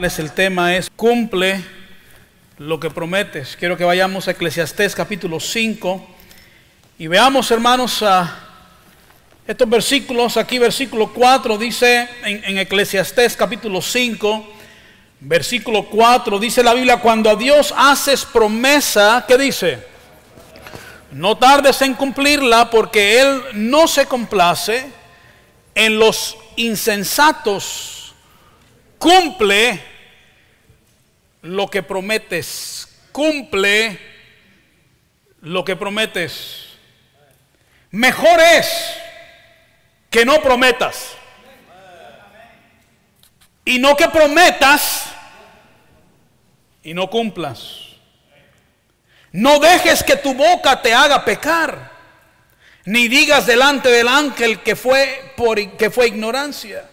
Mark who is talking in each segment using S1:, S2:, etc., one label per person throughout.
S1: El tema es cumple lo que prometes. Quiero que vayamos a Eclesiastés capítulo 5 y veamos, hermanos, estos versículos. Aquí versículo 4 dice en Eclesiastés capítulo 5 versículo 4 dice la Biblia: cuando a Dios haces promesa, ¿qué dice? No tardes en cumplirla, porque Él no se complace en los insensatos. Cumple lo que prometes. Cumple lo que prometes. Mejor es que no prometas, y no que prometas y no cumplas. No dejes que tu boca te haga pecar, ni digas delante del ángel que fue ignorancia.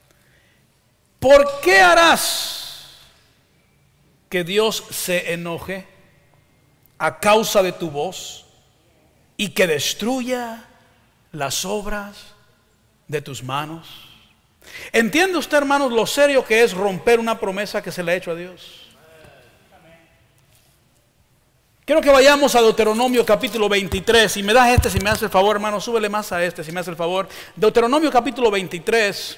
S1: ¿Por qué harás que Dios se enoje a causa de tu voz y que destruya las obras de tus manos? ¿Entiende usted, hermanos, lo serio que es romper una promesa que se le ha hecho a Dios? Quiero que vayamos a Deuteronomio capítulo 23. Si me das si me hace el favor, hermano, súbele más a si me hace el favor. Deuteronomio capítulo 23.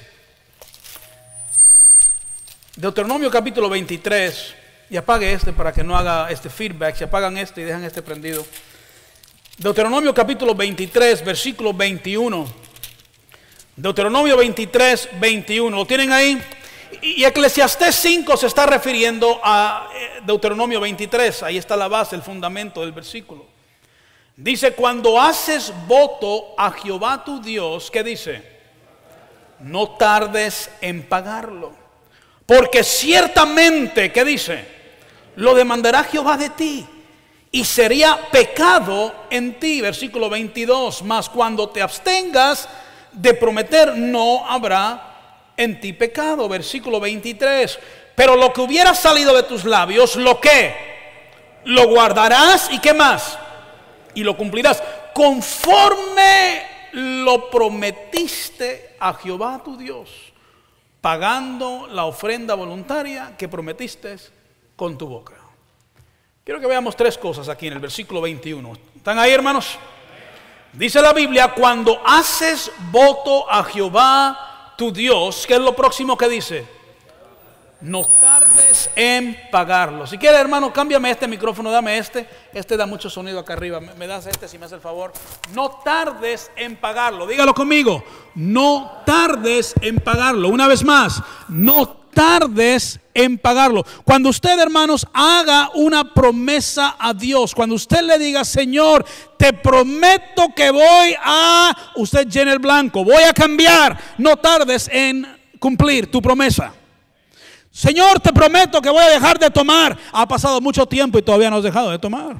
S1: Deuteronomio capítulo 23. Y apague para que no haga feedback. Si apagan y dejan prendido. Deuteronomio capítulo 23, versículo 21. Deuteronomio 23, 21. ¿Lo tienen ahí? Y Eclesiastés 5 se está refiriendo a Deuteronomio 23. Ahí está la base, el fundamento del versículo. Dice: cuando haces voto a Jehová tu Dios, ¿qué dice? No tardes en pagarlo, porque ciertamente, ¿qué dice? Lo demandará Jehová de ti, y sería pecado en ti. Versículo 22. Mas cuando te abstengas de prometer, no habrá en ti pecado. Versículo 23. Pero lo que hubiera salido de tus labios, ¿lo qué? Lo guardarás, ¿y qué más? Y lo cumplirás, conforme lo prometiste a Jehová tu Dios, pagando la ofrenda voluntaria que prometiste con tu boca. Quiero que veamos tres cosas aquí en el versículo 21. ¿Están ahí, hermanos? Dice la Biblia: cuando haces voto a Jehová tu Dios, ¿qué es lo próximo que dice? No tardes en pagarlo. Si quieres, hermano, cámbiame este micrófono, dame este da mucho sonido acá arriba. Me das si me hace el favor. No tardes en pagarlo. Dígalo conmigo: no tardes en pagarlo. Una vez más: no tardes en pagarlo. Cuando usted, hermanos, haga una promesa a Dios, cuando usted le diga: Señor, te prometo que usted llena el blanco, voy a cambiar, no tardes en cumplir tu promesa. Señor, te prometo que voy a dejar de tomar. Ha pasado mucho tiempo y todavía no has dejado de tomar.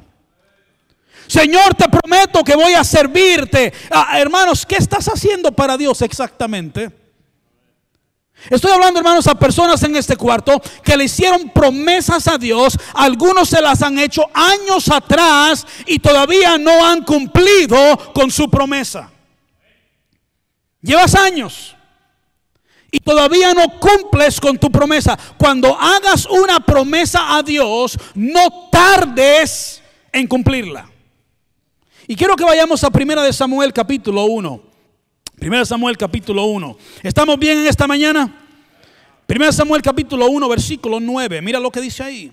S1: Señor, te prometo que voy a servirte. Hermanos, ¿qué estás haciendo para Dios exactamente? Estoy hablando, hermanos, a personas en este cuarto que le hicieron promesas a Dios. Algunos se las han hecho años atrás y todavía no han cumplido con su promesa. Llevas años y todavía no cumples con tu promesa. Cuando hagas una promesa a Dios, no tardes en cumplirla. Y quiero que vayamos a 1 Samuel capítulo 1. 1 Samuel capítulo 1. ¿Estamos bien en esta mañana? 1 Samuel capítulo 1 versículo 9. Mira lo que dice ahí.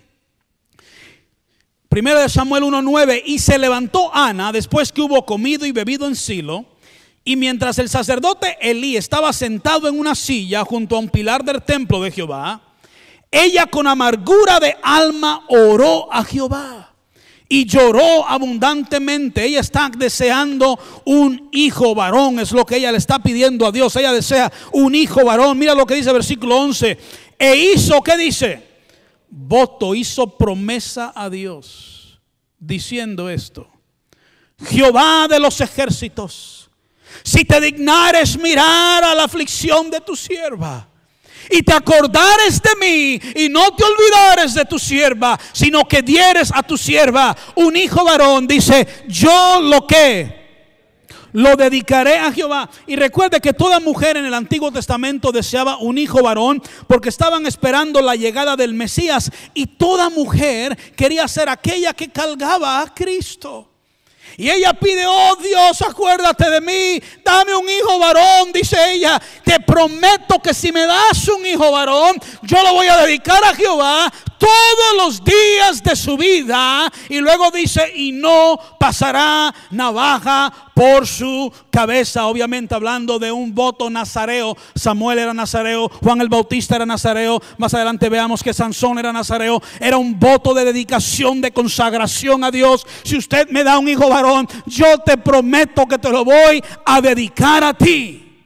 S1: 1 Samuel 1:9. Y se levantó Ana después que hubo comido y bebido en Silo. Y mientras el sacerdote Elí estaba sentado en una silla junto a un pilar del templo de Jehová, ella con amargura de alma oró a Jehová y lloró abundantemente. Ella está deseando un hijo varón, es lo que ella le está pidiendo a Dios. Ella desea un hijo varón. Mira lo que dice versículo 11. E hizo, ¿qué dice? Voto, hizo promesa a Dios, diciendo esto: Jehová de los ejércitos, si te dignares mirar a la aflicción de tu sierva, y te acordares de mí, y no te olvidares de tu sierva, sino que dieres a tu sierva un hijo varón, dice: yo lo dedicaré a Jehová. Y recuerde que toda mujer en el Antiguo Testamento deseaba un hijo varón porque estaban esperando la llegada del Mesías. Y toda mujer quería ser aquella que cargaba a Cristo. Y ella pide: oh Dios, acuérdate de mí, dame un hijo varón. Dice ella: te prometo que si me das un hijo varón, yo lo voy a dedicar a Jehová todos los días de su vida. Y luego dice: y no pasará navaja por su cabeza. Obviamente hablando de un voto nazareo. Samuel era nazareo, Juan el Bautista era nazareo. Más adelante veamos que Sansón era nazareo. Era un voto de dedicación, de consagración a Dios. Si usted me da un hijo varón, yo te prometo que te lo voy a dedicar a ti.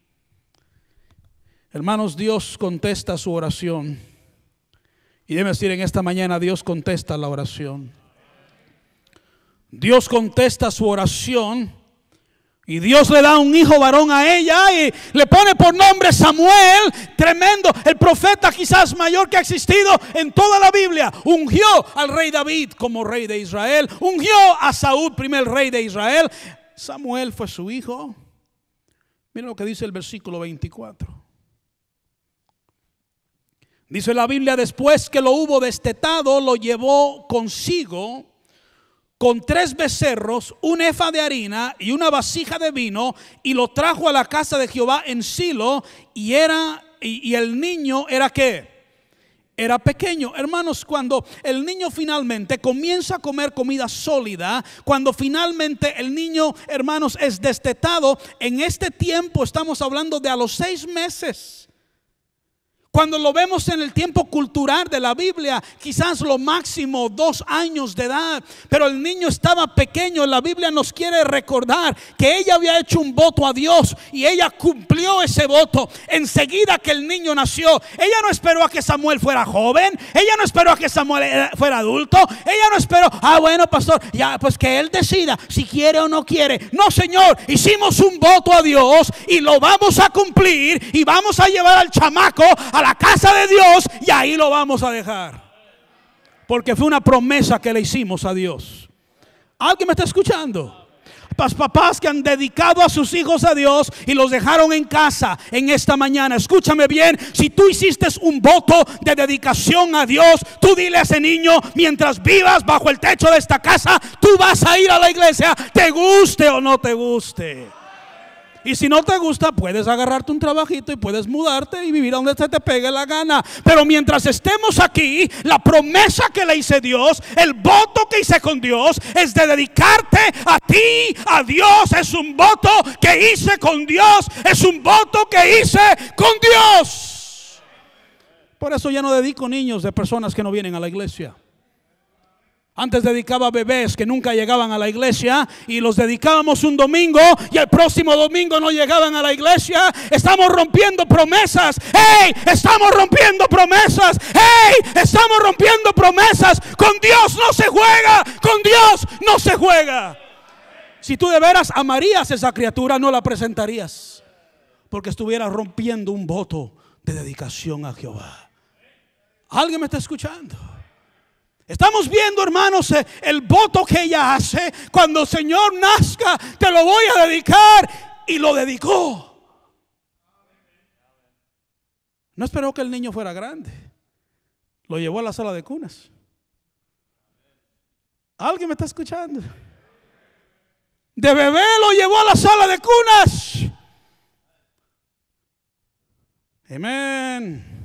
S1: Hermanos, Dios contesta su oración. Y debe decir en esta mañana: Dios contesta la oración. Dios contesta su oración. Y Dios le da un hijo varón a ella y le pone por nombre Samuel. Tremendo, el profeta quizás mayor que ha existido en toda la Biblia. Ungió al rey David como rey de Israel. Ungió a Saúl, primer rey de Israel. Samuel fue su hijo. Miren lo que dice el versículo 24. Dice la Biblia: después que lo hubo destetado, lo llevó consigo con 3 becerros, un efa de harina y una vasija de vino, y lo trajo a la casa de Jehová en Silo. Y el niño era ¿qué? Era pequeño. Hermanos, cuando el niño finalmente comienza a comer comida sólida, cuando finalmente el niño, hermanos, es destetado, en este tiempo estamos hablando de a los 6 meses. Cuando lo vemos en el tiempo cultural de la Biblia, quizás lo máximo 2 años de edad. Pero el niño estaba pequeño. La Biblia nos quiere recordar que ella había hecho un voto a Dios y ella cumplió ese voto enseguida que el niño nació. Ella no esperó a que Samuel fuera joven. Ella no esperó a que Samuel fuera adulto. Ella no esperó: bueno, pastor, ya pues que él decida si quiere o no quiere. No, Señor, hicimos un voto a Dios y lo vamos a cumplir. Y vamos a llevar al chamaco a la casa de Dios y ahí lo vamos a dejar, porque fue una promesa que le hicimos a Dios. ¿Alguien me está escuchando? Papás que han dedicado a sus hijos a Dios y los dejaron en casa en esta mañana, escúchame bien. Si tú hiciste un voto de dedicación a Dios, tú dile a ese niño: mientras vivas bajo el techo de esta casa, tú vas a ir a la iglesia, te guste o no te guste. Y si no te gusta, puedes agarrarte un trabajito y puedes mudarte y vivir donde se te pegue la gana. Pero mientras estemos aquí, la promesa que le hice a Dios, el voto que hice con Dios, es de dedicarte a ti, a Dios. Es un voto que hice con Dios. Es un voto que hice con Dios. Por eso ya no dedico niños de personas que no vienen a la iglesia. Antes dedicaba bebés que nunca llegaban a la iglesia y los dedicábamos un domingo y el próximo domingo no llegaban a la iglesia. Estamos rompiendo promesas. ¡Hey! Estamos rompiendo promesas. ¡Hey! Estamos rompiendo promesas. Con Dios no se juega. Con Dios no se juega. Si tú de veras amarías a esa criatura, no la presentarías, porque estuvieras rompiendo un voto de dedicación a Jehová. ¿Alguien me está escuchando? Estamos viendo, hermanos, el voto que ella hace. Cuando el Señor nazca, te lo voy a dedicar. Y lo dedicó. No esperó que el niño fuera grande. Lo llevó a la sala de cunas. ¿Alguien me está escuchando? De bebé lo llevó a la sala de cunas. Amén.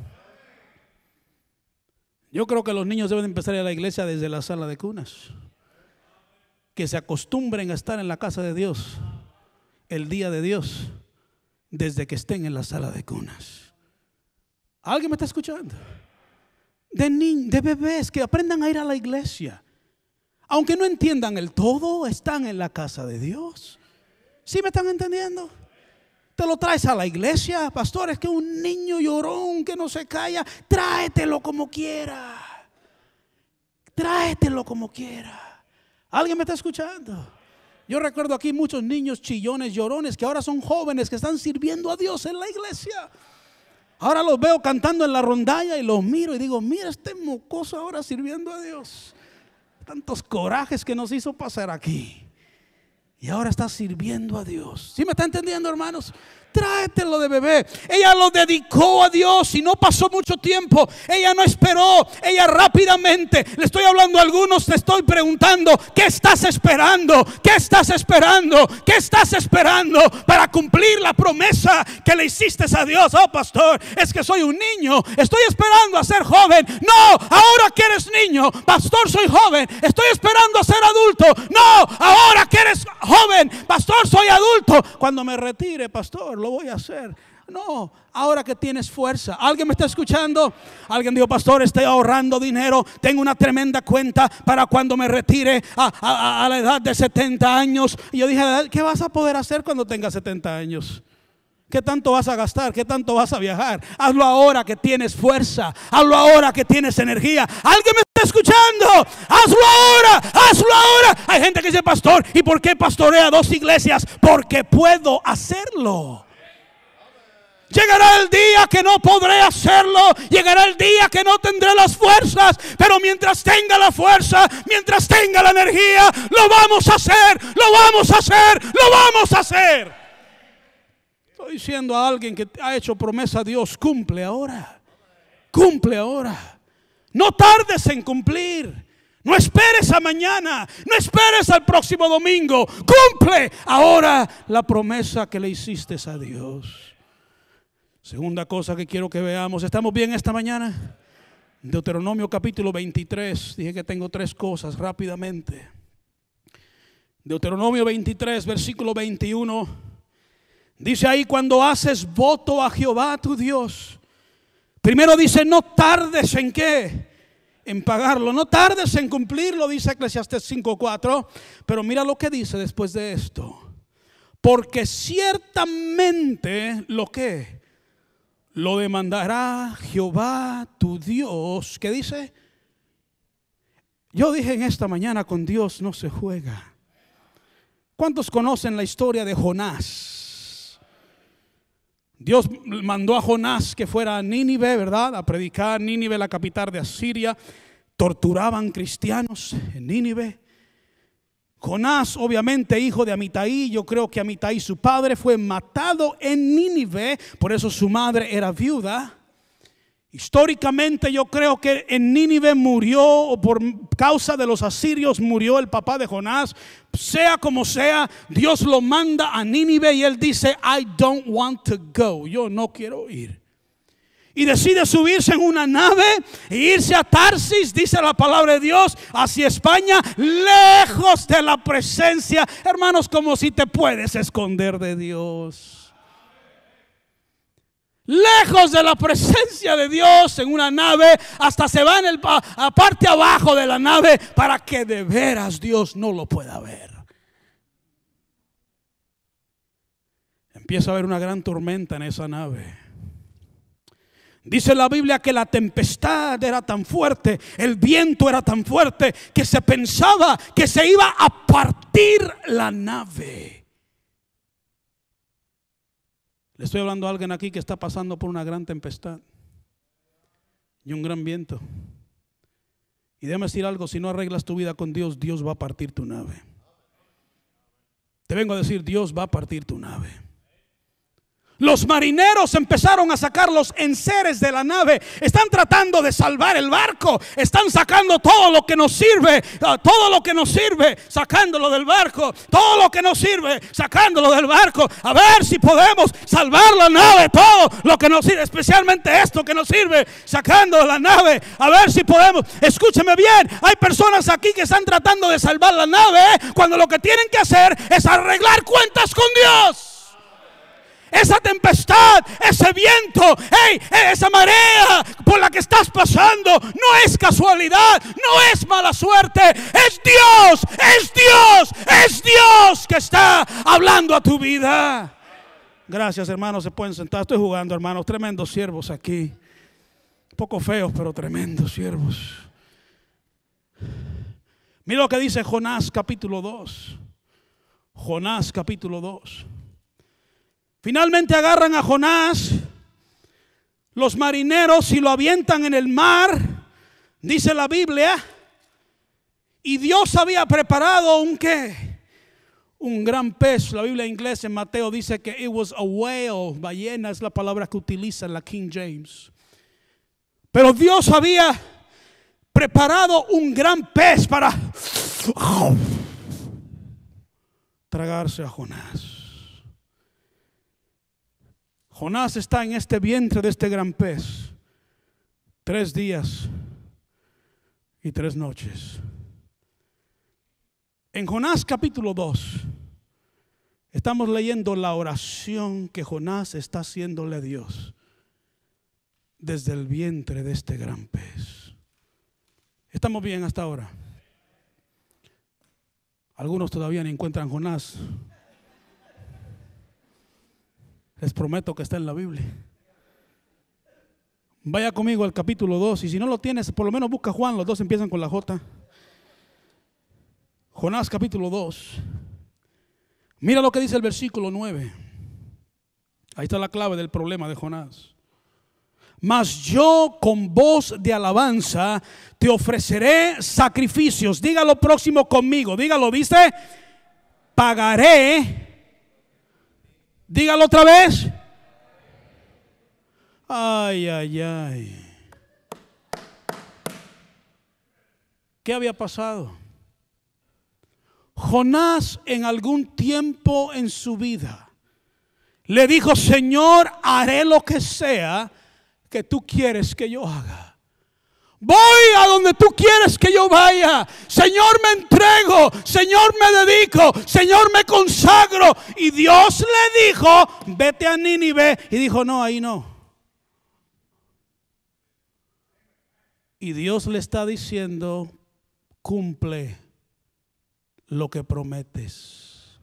S1: Yo creo que los niños deben empezar a ir a la iglesia desde la sala de cunas. Que se acostumbren a estar en la casa de Dios el día de Dios desde que estén en la sala de cunas. ¿Alguien me está escuchando? De bebés que aprendan a ir a la iglesia. Aunque no entiendan el todo, están en la casa de Dios. ¿Sí me están entendiendo? Te lo traes a la iglesia, pastor, es que un niño llorón que no se calla, tráetelo como quiera. Tráetelo como quiera. ¿Alguien me está escuchando? Yo recuerdo aquí muchos niños chillones, llorones, que ahora son jóvenes que están sirviendo a Dios en la iglesia. Ahora los veo cantando en la rondalla y los miro y digo: mira este mocoso ahora sirviendo a Dios. Tantos corajes que nos hizo pasar aquí. y ahora está sirviendo a Dios. ¿Sí me está entendiendo, hermanos? Tráetelo de bebé. Ella lo dedicó a Dios y no pasó mucho tiempo. Ella no esperó. Ella rápidamente. Le estoy hablando a algunos. Te estoy preguntando: ¿qué estás esperando? ¿Qué estás esperando? ¿Qué estás esperando para cumplir la promesa que le hiciste a Dios? Oh, pastor, es que soy un niño. Estoy esperando a ser joven. No, ahora que eres niño. Pastor, soy joven. Estoy esperando a ser adulto. No, ahora que eres joven. Pastor, soy adulto. Cuando me retire, pastor, lo voy a hacer. No, ahora que tienes fuerza. ¿Alguien me está escuchando? Alguien dijo: pastor, estoy ahorrando dinero, tengo una tremenda cuenta para cuando me retire a la edad de 70 años. Y yo dije: ¿qué vas a poder hacer cuando tengas 70 años? ¿Qué tanto vas a gastar? ¿Qué tanto vas a viajar? Hazlo ahora que tienes fuerza. Hazlo ahora que tienes energía. ¿Alguien me está escuchando? Hazlo ahora, hazlo ahora. Hay gente que dice: pastor, ¿y por qué pastorea 2 iglesias? Porque puedo hacerlo. Llegará el día que no podré hacerlo. Llegará el día que no tendré las fuerzas. Pero mientras tenga la fuerza, mientras tenga la energía, lo vamos a hacer. Lo vamos a hacer. Lo vamos a hacer. Estoy diciendo a alguien que ha hecho promesa a Dios: cumple ahora. Cumple ahora. No tardes en cumplir. No esperes a mañana. No esperes al próximo domingo. Cumple ahora la promesa que le hiciste a Dios. Segunda cosa que quiero que veamos. ¿Estamos bien esta mañana? Deuteronomio capítulo 23. Dije que tengo 3 cosas rápidamente. Deuteronomio 23, versículo 21. Dice ahí: cuando haces voto a Jehová tu Dios, primero dice: no tardes en ¿qué? En pagarlo. No tardes en cumplirlo, dice Eclesiastés 5:4. Pero mira lo que dice después de esto: porque ciertamente lo que lo demandará Jehová tu Dios. ¿Qué dice? Yo dije en esta mañana: con Dios no se juega. ¿Cuántos conocen la historia de Jonás? Dios mandó a Jonás que fuera a Nínive, ¿verdad? A predicar. Nínive, la capital de Asiria. Torturaban cristianos en Nínive. Jonás, obviamente hijo de Amitai. Yo creo que Amitai, su padre, fue matado en Nínive. Por eso su madre era viuda. Históricamente yo creo que en Nínive murió, o por causa de los asirios murió el papá de Jonás. Sea como sea, Dios lo manda a Nínive y él dice: I don't want to go. Yo no quiero ir. Y decide subirse en una nave e irse a Tarsis, dice la palabra de Dios, hacia España, lejos de la presencia. Hermanos, como si te puedes esconder de Dios. Lejos de la presencia de Dios, en una nave, hasta se va en a parte abajo de la nave para que de veras Dios no lo pueda ver. Empieza a haber una gran tormenta en esa nave. Dice la Biblia que la tempestad era tan fuerte, el viento era tan fuerte, que se pensaba que se iba a partir la nave. Le estoy hablando a alguien aquí que está pasando por una gran tempestad y un gran viento. Y déjame decir algo: si no arreglas tu vida con Dios, Dios va a partir tu nave. Te vengo a decir: Dios va a partir tu nave. Los marineros empezaron a sacar los enseres de la nave. Están tratando de salvar el barco. Están sacando todo lo que nos sirve. Todo lo que nos sirve, sacándolo del barco. Todo lo que nos sirve, sacándolo del barco. A ver si podemos salvar la nave. Todo lo que nos sirve, especialmente esto que nos sirve, sacando la nave. A ver si podemos. Escúcheme bien. Hay personas aquí que están tratando de salvar la nave, cuando lo que tienen que hacer es arreglar cuentas con Dios. Esa tempestad, ese viento, esa marea por la que estás pasando no es casualidad, no es mala suerte. Es Dios, es Dios, es Dios que está hablando a tu vida. Gracias, hermanos, se pueden sentar. Estoy jugando, hermanos. Tremendos siervos aquí. Un poco feos, pero tremendos siervos. Mira lo que dice Jonás capítulo 2. Jonás capítulo 2. Finalmente agarran a Jonás los marineros y lo avientan en el mar, dice la Biblia. Y Dios había preparado un ¿qué? un gran pez. La Biblia inglesa en Mateo dice que it was a whale. Ballena es la palabra que utiliza en la King James. Pero Dios había preparado un gran pez para tragarse a Jonás. Jonás está en este vientre de este gran pez 3 días y 3 noches. En Jonás capítulo 2 estamos leyendo la oración que Jonás está haciéndole a Dios desde el vientre de este gran pez. ¿Estamos bien hasta ahora? Algunos todavía no encuentran Jonás. Les prometo que está en la Biblia. Vaya conmigo al capítulo 2. Y si no lo tienes, por lo menos busca Juan. Los dos empiezan con la J. Jonás capítulo 2. Mira lo que dice el versículo 9. Ahí está la clave del problema de Jonás. Mas yo con voz de alabanza te ofreceré sacrificios. Dígalo próximo conmigo. Dígalo, ¿viste? Pagaré. Dígalo otra vez. Ay, ay, ay. ¿Qué había pasado? Jonás en algún tiempo en su vida le dijo: Señor, haré lo que sea que tú quieres que yo haga. Voy a donde tú quieres que yo vaya. Señor, me entrego. Señor, me dedico. Señor, me consagro. Y Dios le dijo: vete a Nínive. Y dijo: no, ahí no. Y Dios le está diciendo: cumple lo que prometes.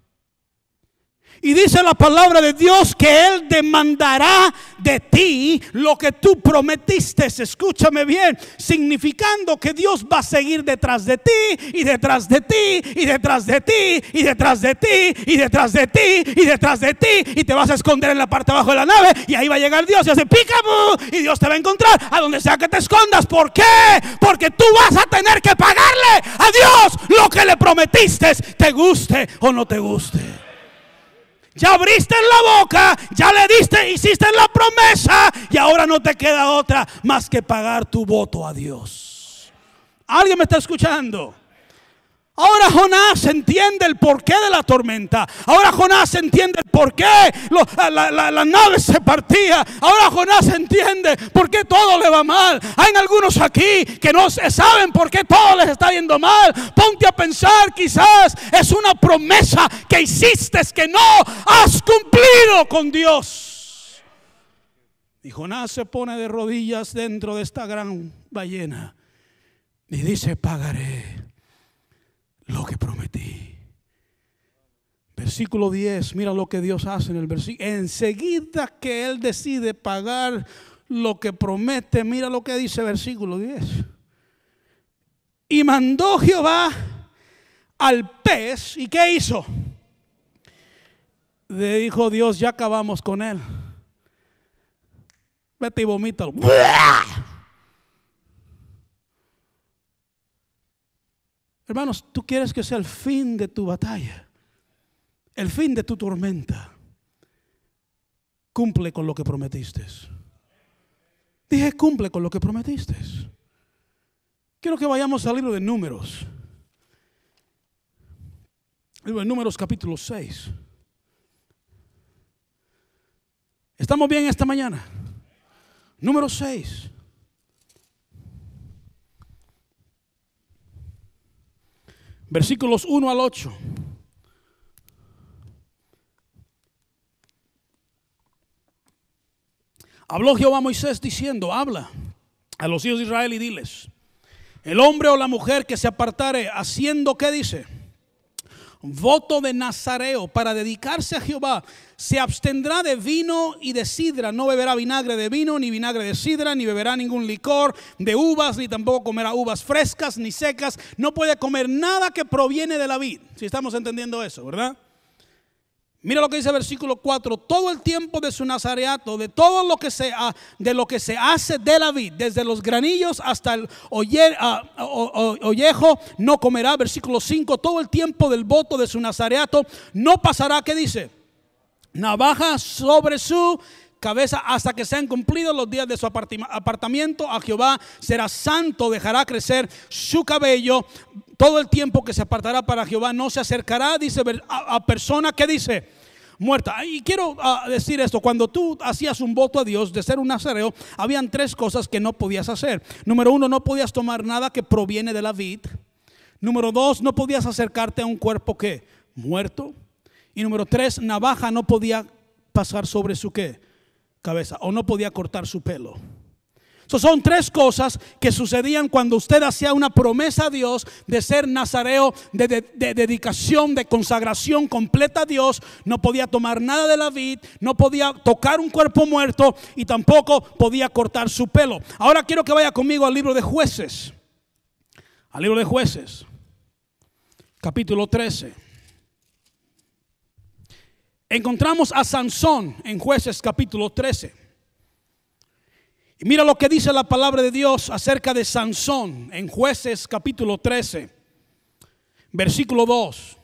S1: Y dice la palabra de Dios que Él demandará de ti lo que tú prometiste. Escúchame bien, significando que Dios va a seguir detrás de ti, y detrás de ti, y detrás de ti, y detrás de ti, y detrás de ti, y detrás de ti. Y te vas a esconder en la parte de abajo de la nave, y ahí va a llegar Dios y hace picaboo, y Dios te va a encontrar a donde sea que te escondas. ¿Por qué? Porque tú vas a tener que pagarle a Dios lo que le prometiste, te guste o no te guste. Ya abriste la boca, ya le diste, hiciste la promesa, y ahora no te queda otra más que pagar tu voto a Dios. ¿Alguien me está escuchando? Ahora Jonás entiende el porqué de la tormenta. Ahora Jonás entiende el porqué la nave se partía. Ahora Jonás entiende por qué todo le va mal. Hay algunos aquí que no saben por qué todo les está yendo mal. Ponte a pensar, quizás es una promesa que hiciste que no has cumplido con Dios. Y Jonás se pone de rodillas dentro de esta gran ballena y dice: pagaré lo que prometí. Versículo 10, mira lo que Dios hace en el versículo. Enseguida que Él decide pagar lo que promete, mira lo que dice versículo 10. Y mandó Jehová al pez, ¿y qué hizo? Le dijo Dios: ya acabamos con él. Vete y vomítalo. Hermanos, tú quieres que sea el fin de tu batalla, el fin de tu tormenta. Cumple con lo que prometiste. Dije: cumple con lo que prometiste. Quiero que vayamos al libro de Números. Libro de Números capítulo 6. ¿Estamos bien esta mañana? Número 6. Versículos 1 al 8. Habló Jehová a Moisés diciendo: habla a los hijos de Israel y diles: el hombre o la mujer que se apartare haciendo, ¿qué dice? Voto de nazareo para dedicarse a Jehová, se abstendrá de vino y de sidra. No beberá vinagre de vino, ni vinagre de sidra, ni beberá ningún licor de uvas, ni tampoco comerá uvas frescas ni secas. No puede comer nada que proviene de la vid. Si estamos entendiendo eso, ¿verdad? Mira lo que dice el versículo 4. Todo el tiempo de su nazareato, de todo lo que se hace de la vid, desde los granillos hasta el ollejo, no comerá. Versículo 5. Todo el tiempo del voto de su nazareato no pasará, ¿qué dice? Navaja sobre su cabeza hasta que sean cumplidos los días de su apartamiento. A Jehová será santo, dejará crecer su cabello. Todo el tiempo que se apartará para Jehová no se acercará, dice, a persona que dice muerta. Y quiero decir esto: cuando tú hacías un voto a Dios de ser un nazareo, habían tres cosas que no podías hacer. Número uno, no podías tomar nada que proviene de la vid. Número dos, no podías acercarte a un cuerpo que muerto. Y número tres, navaja no podía pasar sobre su ¿qué? Cabeza, o no podía cortar su pelo. Son tres cosas que sucedían cuando usted hacía una promesa a Dios de ser nazareo, de dedicación, de consagración completa a Dios. No podía tomar nada de la vid, no podía tocar un cuerpo muerto y tampoco podía cortar su pelo. Ahora quiero que vaya conmigo al libro de Jueces. Al libro de Jueces, capítulo 13. Encontramos a Sansón en Jueces capítulo 13. Y mira lo que dice la palabra de Dios acerca de Sansón en Jueces capítulo 13, versículo 2.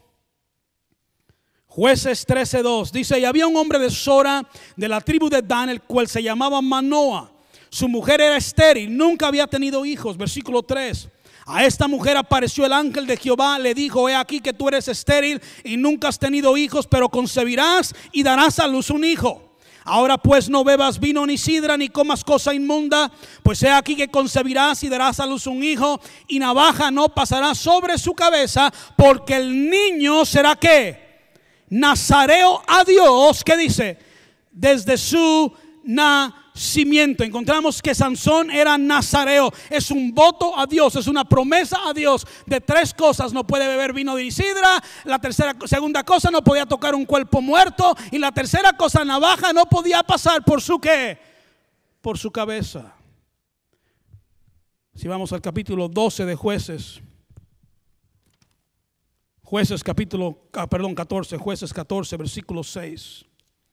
S1: Jueces 13:2 dice: y había un hombre de Sora, de la tribu de Dan, el cual se llamaba Manoa. Su mujer era estéril, nunca había tenido hijos. Versículo 3. A esta mujer apareció el ángel de Jehová, le dijo: he aquí que tú eres estéril y nunca has tenido hijos, pero concebirás y darás a luz un hijo. Ahora pues no bebas vino ni sidra ni comas cosa inmunda, pues he aquí que concebirás y darás a luz un hijo, y navaja no pasará sobre su cabeza, porque el niño será ¿qué? Nazareo a Dios. ¿Qué dice? Desde su nacimiento. Encontramos que Sansón era nazareo. Es un voto a Dios, es una promesa a Dios de tres cosas: no puede beber vino ni sidra. La segunda cosa, no podía tocar un cuerpo muerto. Y la tercera cosa, navaja no podía pasar por su ¿qué? Por su cabeza. Si vamos al capítulo 12 de Jueces, Jueces 14, versículo 6.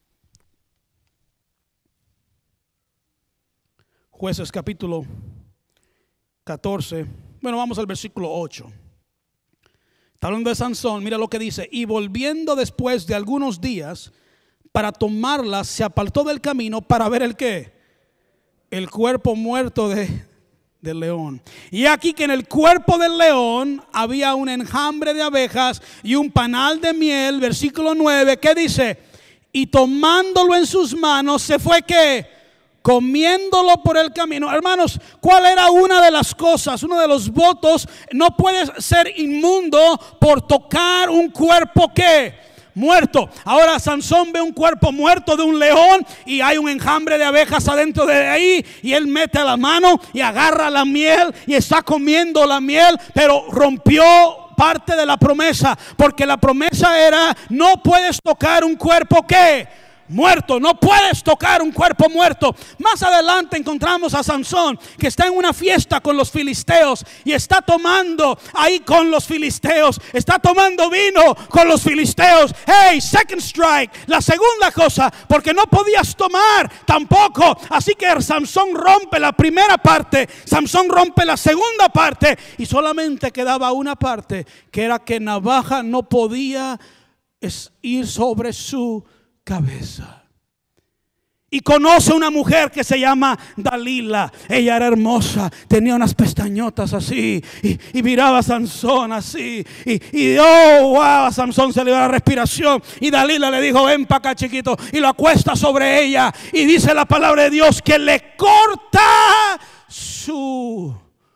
S1: Jueces capítulo 14. Bueno, vamos al versículo 8. Está hablando de Sansón. Mira lo que dice: y volviendo después de algunos días para tomarla, se apartó del camino para ver el ¿qué? El cuerpo muerto del león. Y aquí que en el cuerpo del león había un enjambre de abejas y un panal de miel. Versículo 9. ¿Qué dice? Y tomándolo en sus manos se fue ¿qué? Comiéndolo por el camino. Hermanos, ¿cuál era una de las cosas, uno de los votos? No puedes ser inmundo por tocar un cuerpo ¿qué? Muerto. Ahora Sansón ve un cuerpo muerto de un león y hay un enjambre de abejas adentro de ahí, y él mete la mano y agarra la miel y está comiendo la miel, pero rompió parte de la promesa, porque la promesa era: no puedes tocar un cuerpo ¿qué? Muerto. No puedes tocar un cuerpo muerto. Más adelante encontramos a Sansón que está en una fiesta con los filisteos y está tomando ahí con los filisteos, está tomando vino con los filisteos. Hey, second strike, la segunda cosa, porque no podías tomar tampoco. Así que Sansón rompe la primera parte, Sansón rompe la segunda parte, y solamente quedaba una parte, que era que navaja no podía ir sobre su cabeza. Y conoce una mujer que se llama Dalila. Ella era hermosa, tenía unas pestañotas así, y miraba a Sansón así, y oh wow, a Sansón se le dio la respiración, y Dalila le dijo: ven para acá, chiquito, y lo acuesta sobre ella, y dice la palabra de Dios que le corta su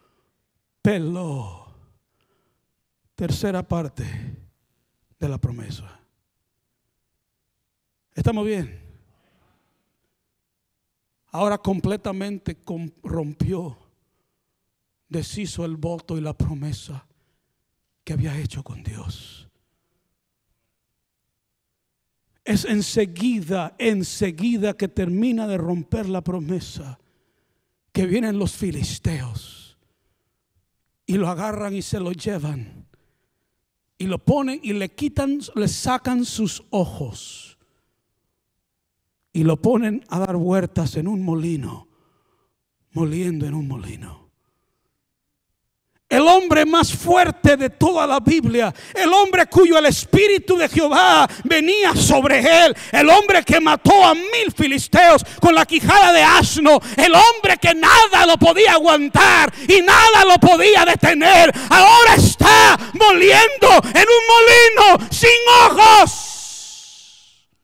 S1: pelo. Tercera parte de la promesa. ¿Estamos bien? Ahora completamente rompió, deshizo el voto y la promesa que había hecho con Dios. Es enseguida que termina de romper la promesa, que vienen los filisteos y lo agarran y se lo llevan y lo ponen y le sacan sus ojos y lo ponen a dar vueltas en un molino, moliendo en un molino. El hombre más fuerte de toda la Biblia, el hombre cuyo el Espíritu de Jehová venía sobre él, el hombre que mató a 1000 filisteos con la quijada de asno, el hombre que nada lo podía aguantar y nada lo podía detener, ahora está moliendo en un molino sin ojos.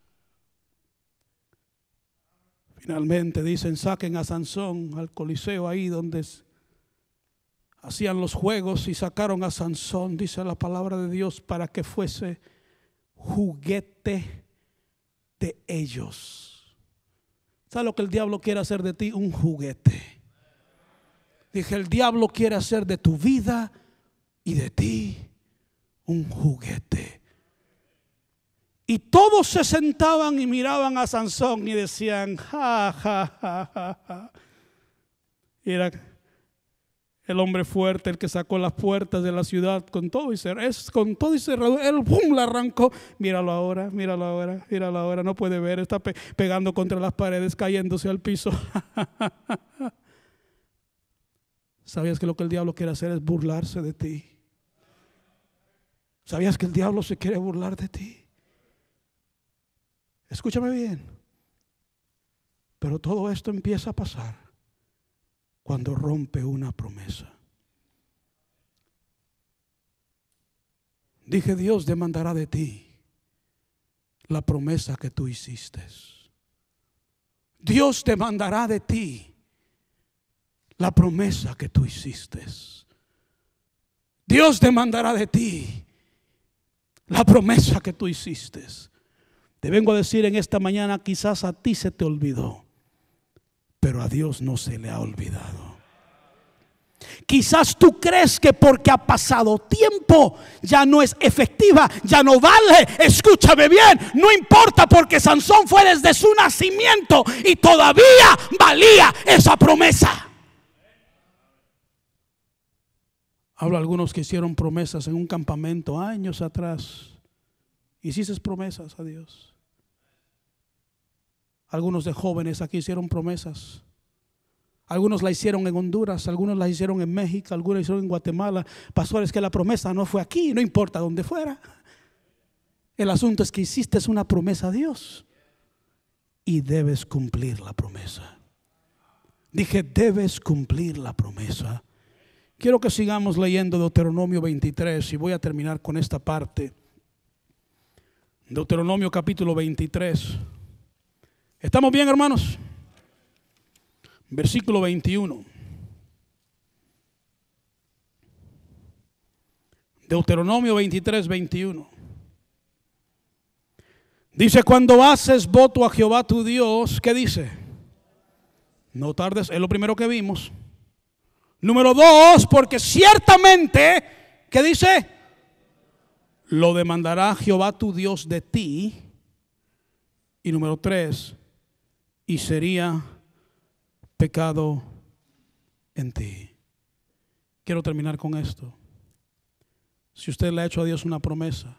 S1: Finalmente dicen: saquen a Sansón al Coliseo, ahí donde hacían los juegos, y sacaron a Sansón, dice la palabra de Dios, para que fuese juguete de ellos. ¿Sabes lo que el diablo quiere hacer de ti? Un juguete. Dije, el diablo quiere hacer de tu vida y de ti un juguete. Y todos se sentaban y miraban a Sansón y decían: ja, ja, ja, ja, ja. Era el hombre fuerte, el que sacó las puertas de la ciudad con todo y cerradura. Él pum, la arrancó. Míralo ahora, míralo ahora, míralo ahora. No puede ver, está pegando contra las paredes, cayéndose al piso. ¿Sabías que lo que el diablo quiere hacer es burlarse de ti? ¿Sabías que el diablo se quiere burlar de ti? Escúchame bien. Pero todo esto empieza a pasar cuando rompe una promesa. Dije, Dios demandará de ti la promesa que tú hiciste. Dios demandará de ti la promesa que tú hiciste. Dios demandará de ti la promesa que tú hiciste. Te vengo a decir en esta mañana, quizás a ti se te olvidó, pero a Dios no se le ha olvidado. Quizás tú crees que porque ha pasado tiempo ya no es efectiva, ya no vale. Escúchame bien, no importa, porque Sansón fue desde su nacimiento y todavía valía esa promesa. Hablo a algunos que hicieron promesas en un campamento años atrás. Hiciste promesas a Dios. Algunos de jóvenes aquí hicieron promesas. Algunos la hicieron en Honduras, algunos la hicieron en México, algunos la hicieron en Guatemala. Pastores, que la promesa no fue aquí, no importa dónde fuera. El asunto es que hiciste una promesa a Dios y debes cumplir la promesa. Dije, debes cumplir la promesa. Quiero que sigamos leyendo Deuteronomio 23 y voy a terminar con esta parte. Deuteronomio capítulo 23. ¿Estamos bien, hermanos? Versículo 21. Deuteronomio 23, 21. Dice: cuando haces voto a Jehová tu Dios, ¿qué dice? No tardes, es lo primero que vimos. Número 2, porque ciertamente, ¿qué dice? Lo demandará Jehová tu Dios de ti. Y número 3, y sería pecado en ti. Quiero terminar con esto. Si usted le ha hecho a Dios una promesa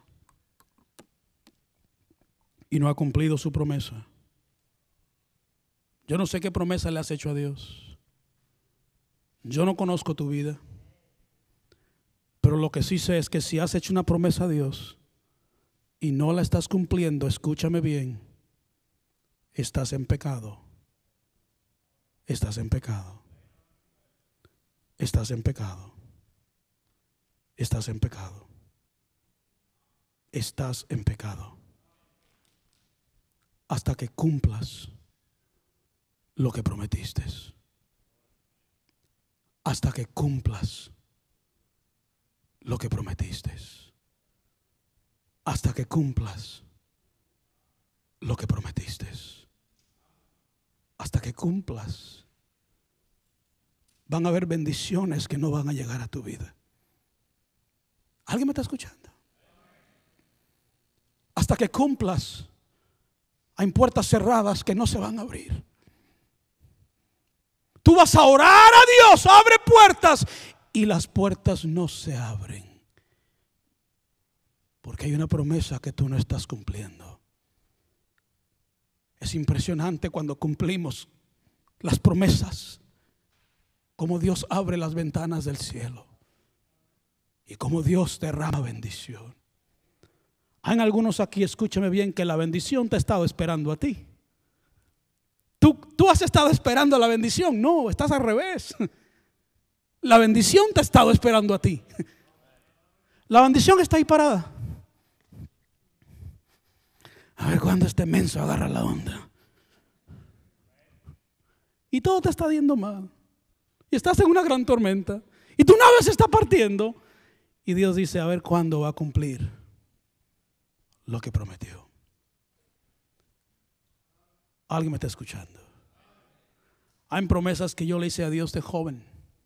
S1: y no ha cumplido su promesa, yo no sé qué promesa le has hecho a Dios. Yo no conozco tu vida, pero lo que sí sé es que si has hecho una promesa a Dios y no la estás cumpliendo, escúchame bien, estás en pecado. Estás en pecado. Estás en pecado. Estás en pecado. Estás en pecado. Hasta que cumplas lo que prometiste. Hasta que cumplas lo que prometiste. Hasta que cumplas lo que prometiste. Hasta que cumplas. Van a haber bendiciones que no van a llegar a tu vida. ¿Alguien me está escuchando? Hasta que cumplas, hay puertas cerradas que no se van a abrir. Tú vas a orar a Dios, abre puertas, y las puertas no se abren. Porque hay una promesa que tú no estás cumpliendo. Es impresionante cuando cumplimos las promesas, como Dios abre las ventanas del cielo y como Dios derrama bendición. Hay algunos aquí, escúchame bien, que la bendición te ha estado esperando a ti. Tú has estado esperando la bendición. No, estás al revés. La bendición te ha estado esperando a ti. La bendición está ahí parada. A ver cuándo este menso agarra la onda. Y todo te está yendo mal. Y estás en una gran tormenta. Y tu nave se está partiendo. Y Dios dice, a ver cuándo va a cumplir lo que prometió. Alguien me está escuchando. Hay promesas que yo le hice a Dios de joven.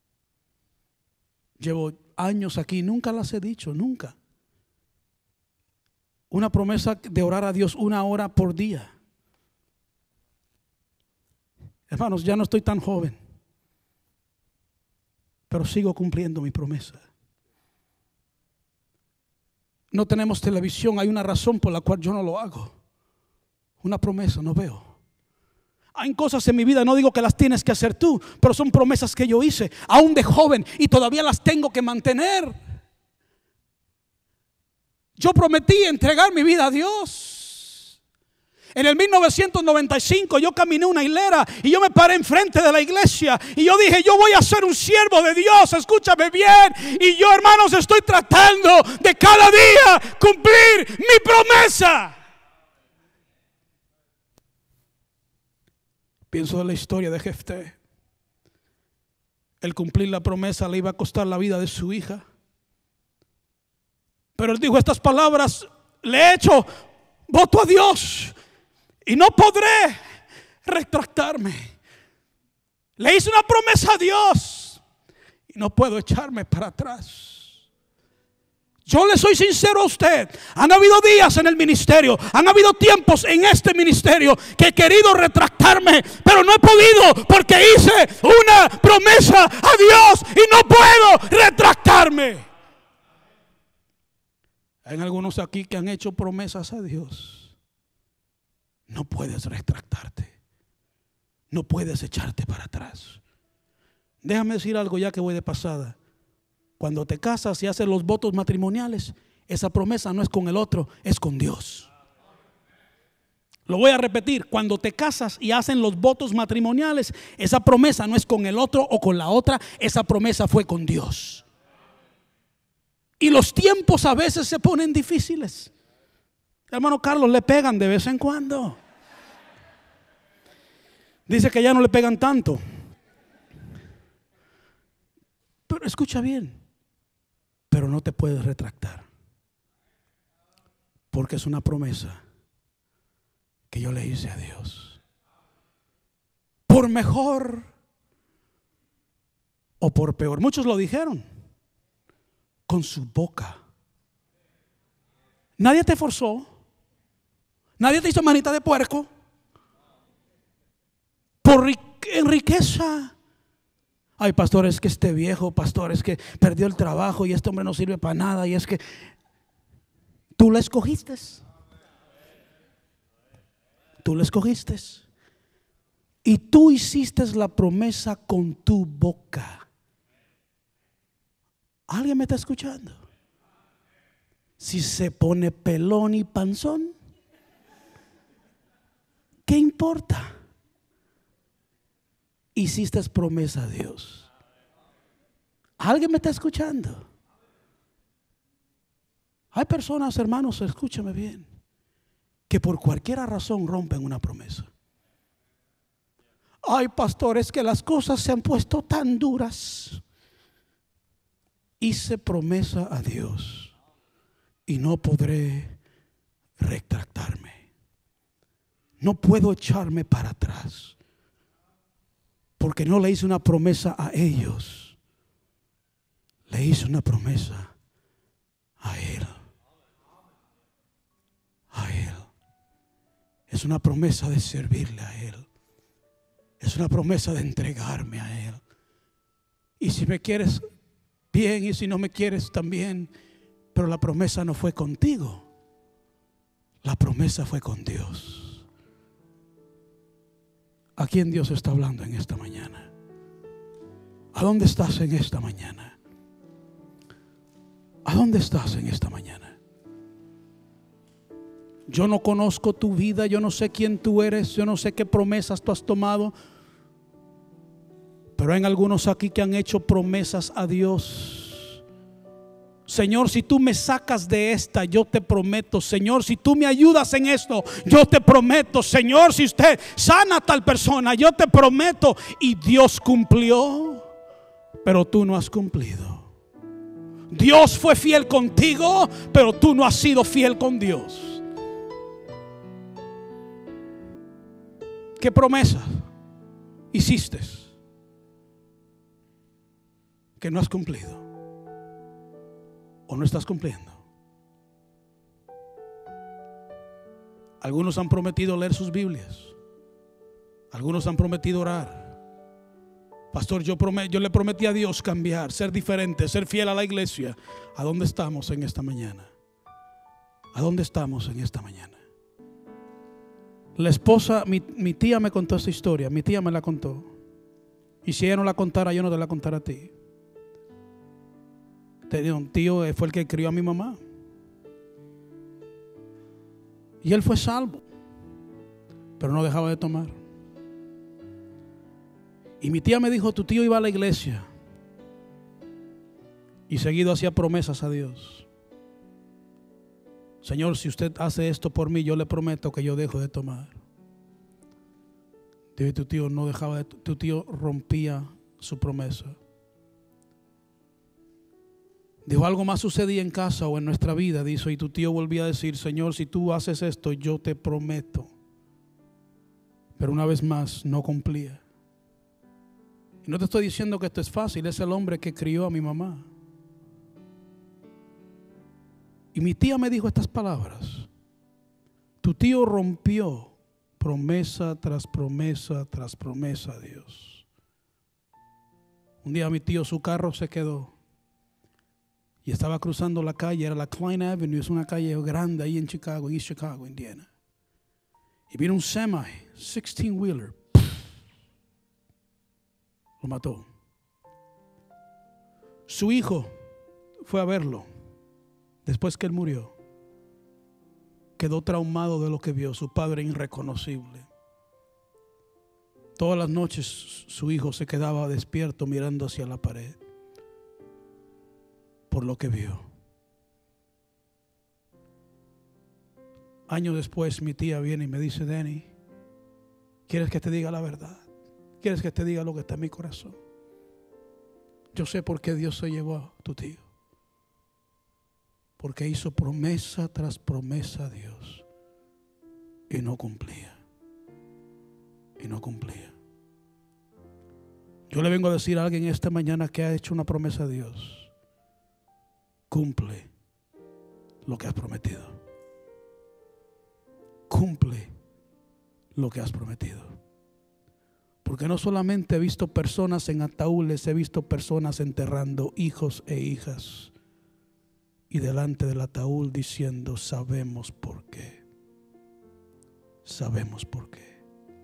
S1: Llevo años aquí, nunca las he dicho, nunca. Una promesa de orar a Dios 1 hora por día. Hermanos, ya no estoy tan joven, pero sigo cumpliendo mi promesa. No tenemos televisión, hay una razón por la cual yo no lo hago. Una promesa, no veo. Hay cosas en mi vida, no digo que las tienes que hacer tú, pero son promesas que yo hice, aún de joven, y todavía las tengo que mantener. Yo prometí entregar mi vida a Dios. En el 1995 yo caminé una hilera y yo me paré enfrente de la iglesia y yo dije, yo voy a ser un siervo de Dios, escúchame bien. Y yo, hermanos, estoy tratando de cada día cumplir mi promesa. Pienso en la historia de Jefté. El cumplir la promesa le iba a costar la vida de su hija. Pero él dijo estas palabras: le he hecho voto a Dios y no podré retractarme. Le hice una promesa a Dios y no puedo echarme para atrás. Yo le soy sincero a usted. Han habido días en el ministerio, han habido tiempos en este ministerio que he querido retractarme, pero no he podido porque hice una promesa a Dios y no puedo retractarme. Hay algunos aquí que han hecho promesas a Dios. No puedes retractarte. No puedes echarte para atrás. Déjame decir algo ya que voy de pasada. Cuando te casas y haces los votos matrimoniales, esa promesa no es con el otro, es con Dios. Lo voy a repetir. Cuando te casas y hacen los votos matrimoniales, esa promesa no es con el otro o con la otra, esa promesa fue con Dios. Y los tiempos a veces se ponen difíciles. Hermano Carlos, le pegan de vez en cuando. Dice que ya no le pegan tanto. Pero escucha bien. Pero no te puedes retractar. Porque es una promesa que yo le hice a Dios. Por mejor o por peor. Muchos lo dijeron. Con su boca. Nadie te forzó. Nadie te hizo manita de puerco. Por en riqueza. Ay, pastor, es que este viejo, pastor, es que perdió el trabajo y este hombre no sirve para nada. Y es que tú la escogiste. Tú la escogiste. Y tú hiciste la promesa con tu boca. ¿Alguien me está escuchando? Si se pone pelón y panzón, ¿qué importa? Hiciste promesa a Dios. ¿Alguien me está escuchando? Hay personas, hermanos, escúchame bien, que por cualquier razón rompen una promesa. Ay, pastor, es que las cosas se han puesto tan duras. Hice promesa a Dios y no podré retractarme. No puedo echarme para atrás. Porque no le hice una promesa a ellos. Le hice una promesa a Él. A Él. Es una promesa de servirle a Él. Es una promesa de entregarme a Él. Y si me quieres, bien, y si no me quieres también, Pero la promesa no fue contigo. La promesa fue con Dios. ¿A quién Dios está hablando en esta mañana? ¿A dónde estás en esta mañana? ¿A dónde estás en esta mañana? Yo no conozco tu vida, yo no sé quién tú eres, yo no sé qué promesas tú has tomado. Pero hay algunos aquí que han hecho promesas a Dios. Señor, si tú me sacas de esta, yo te prometo. Señor, si tú me ayudas en esto, yo te prometo. Señor, si usted sana a tal persona, yo te prometo. Y Dios cumplió, pero tú no has cumplido. Dios fue fiel contigo, pero tú no has sido fiel con Dios. ¿Qué promesa hiciste que no has cumplido? ¿O no estás cumpliendo? Algunos han prometido leer sus Biblias. Algunos han prometido orar. Pastor, yo le prometí a Dios cambiar, ser diferente, ser fiel a la iglesia. ¿A dónde estamos en esta mañana? ¿A dónde estamos en esta mañana? La esposa, mi tía me contó esta historia. Mi tía me la contó. Y si ella no la contara, yo no te la contara a ti. Tenía un tío, fue el que crió a mi mamá. Y él fue salvo, pero no dejaba de tomar. Y mi tía me dijo, tu tío iba a la iglesia y seguido hacía promesas a Dios. Señor, si usted hace esto por mí, yo le prometo que yo dejo de tomar. Dijo, tu tío no dejaba de, tu tío rompía su promesa. Dijo, algo más sucedía en casa o en nuestra vida, dice, y tu tío volvía a decir, Señor, si tú haces esto, yo te prometo. Pero una vez más no cumplía. Y no te estoy diciendo que esto es fácil, es el hombre que crió a mi mamá. Y mi tía me dijo estas palabras: tu tío rompió promesa tras promesa tras promesa a Dios. Un día mi tío, su carro se quedó y estaba cruzando la calle, era la Klein Avenue, es una calle grande ahí en Chicago, en East Chicago, Indiana. Y vino un semi, 16-wheeler, lo mató. Su hijo fue a verlo después que él murió. Quedó traumado de lo que vio, su padre irreconocible. Todas las noches su hijo se quedaba despierto mirando hacia la pared por lo que vio. Años después mi tía viene y me dice: Danny, ¿quieres que te diga la verdad? ¿Quieres que te diga lo que está en mi corazón? Yo sé por qué Dios se llevó a tu tío. Porque hizo promesa tras promesa a Dios y no cumplía. Y no cumplía. Yo le vengo a decir a alguien esta mañana que ha hecho una promesa a Dios: cumple lo que has prometido. Cumple lo que has prometido. Porque no solamente he visto personas en ataúdes, he visto personas enterrando hijos e hijas y delante del ataúd diciendo: sabemos por qué. Sabemos por qué.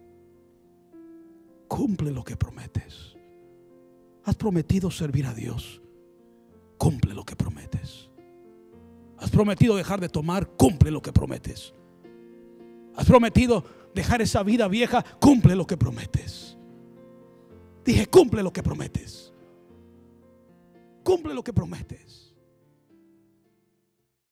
S1: Cumple lo que prometes. Has prometido servir a Dios. Cumple lo que prometes. Has prometido dejar de tomar. Cumple lo que prometes. Has prometido dejar esa vida vieja. Cumple lo que prometes. Dije, cumple lo que prometes. Cumple lo que prometes.